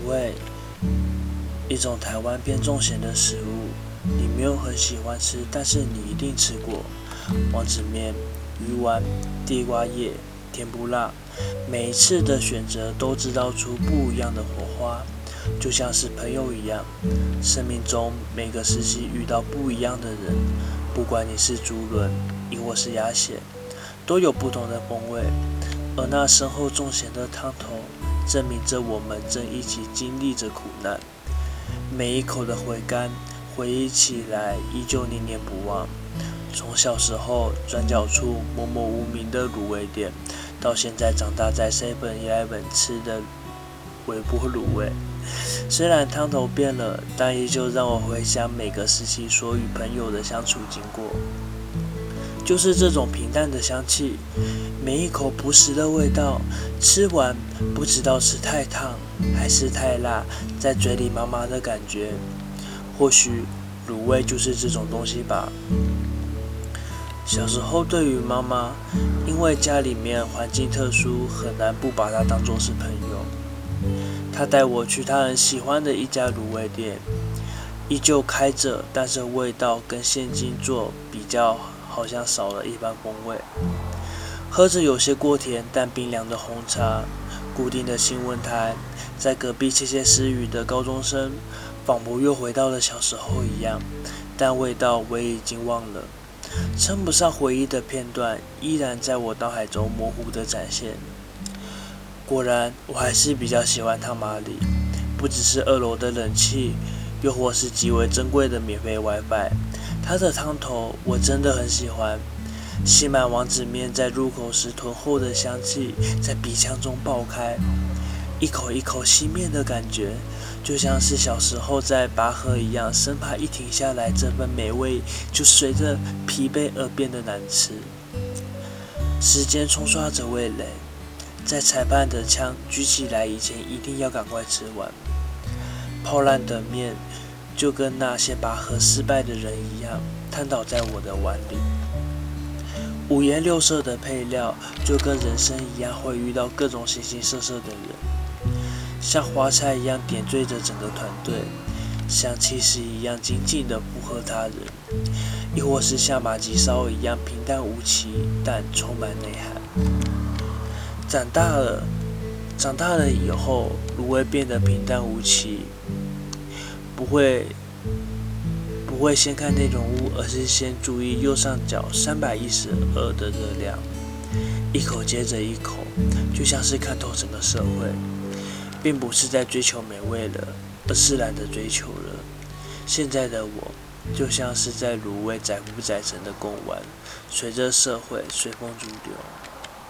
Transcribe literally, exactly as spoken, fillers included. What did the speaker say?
卤味，一种台湾偏重咸的食物，你没有很喜欢吃，但是你一定吃过。王子面、鱼丸、地瓜叶、甜不辣，每一次的选择都制造出不一样的火花，就像是朋友一样。生命中每个时期遇到不一样的人，不管你是竹轮，亦或是鸭血，都有不同的风味。而那深厚重咸的汤头，证明着我们正一起经历着苦难。每一口的回甘，回忆起来依旧念念不忘。从小时候转角处默默无名的卤味店，到现在长大在 seven eleven 吃的微波卤味，虽然汤头变了，但依旧让我回想每个时期所与朋友的相处经过。就是这种平淡的香气，每一口朴实的味道，吃完不知道是太烫还是太辣，在嘴里麻麻的感觉。或许卤味就是这种东西吧。小时候对于妈妈，因为家里面环境特殊，很难不把她当作是朋友。她带我去她很喜欢的一家卤味店，依旧开着，但是味道跟现今做比较，好像少了一番风味。喝着有些过甜但冰凉的红茶，固定的新闻台，在隔壁窃窃私语的高中生，仿佛又回到了小时候一样，但味道我也已经忘了。称不上回忆的片段，依然在我脑海中模糊的展现。果然，我还是比较喜欢汤马里，不只是二楼的冷气，又或是极为珍贵的免费 WiFi。它的汤头我真的很喜欢，吸满王子面在入口时醇厚的香气在鼻腔中爆开，一口一口吸面的感觉，就像是小时候在拔河一样，生怕一停下来，这份美味就随着疲惫而变得难吃。时间冲刷着味蕾，在裁判的枪举起来以前，一定要赶快吃完。泡烂的面就跟那些拔河失败的人一样，瘫倒在我的碗里。五颜六色的配料，就跟人生一样，会遇到各种形形色色的人，像花菜一样点缀着整个团队，像气势一样紧紧地附和他人，亦或是像马吉烧一样平淡无奇，但充满内涵。长大了，长大了以后，卤味变得平淡无奇，不会不会先看内容物，而是先注意右上角三百一十二的热量，一口接着一口，就像是看透整个社会，并不是在追求美味了，而是懒得追求了。现在的我，就像是在卤味载浮载沉的贡丸，随着社会随风逐流。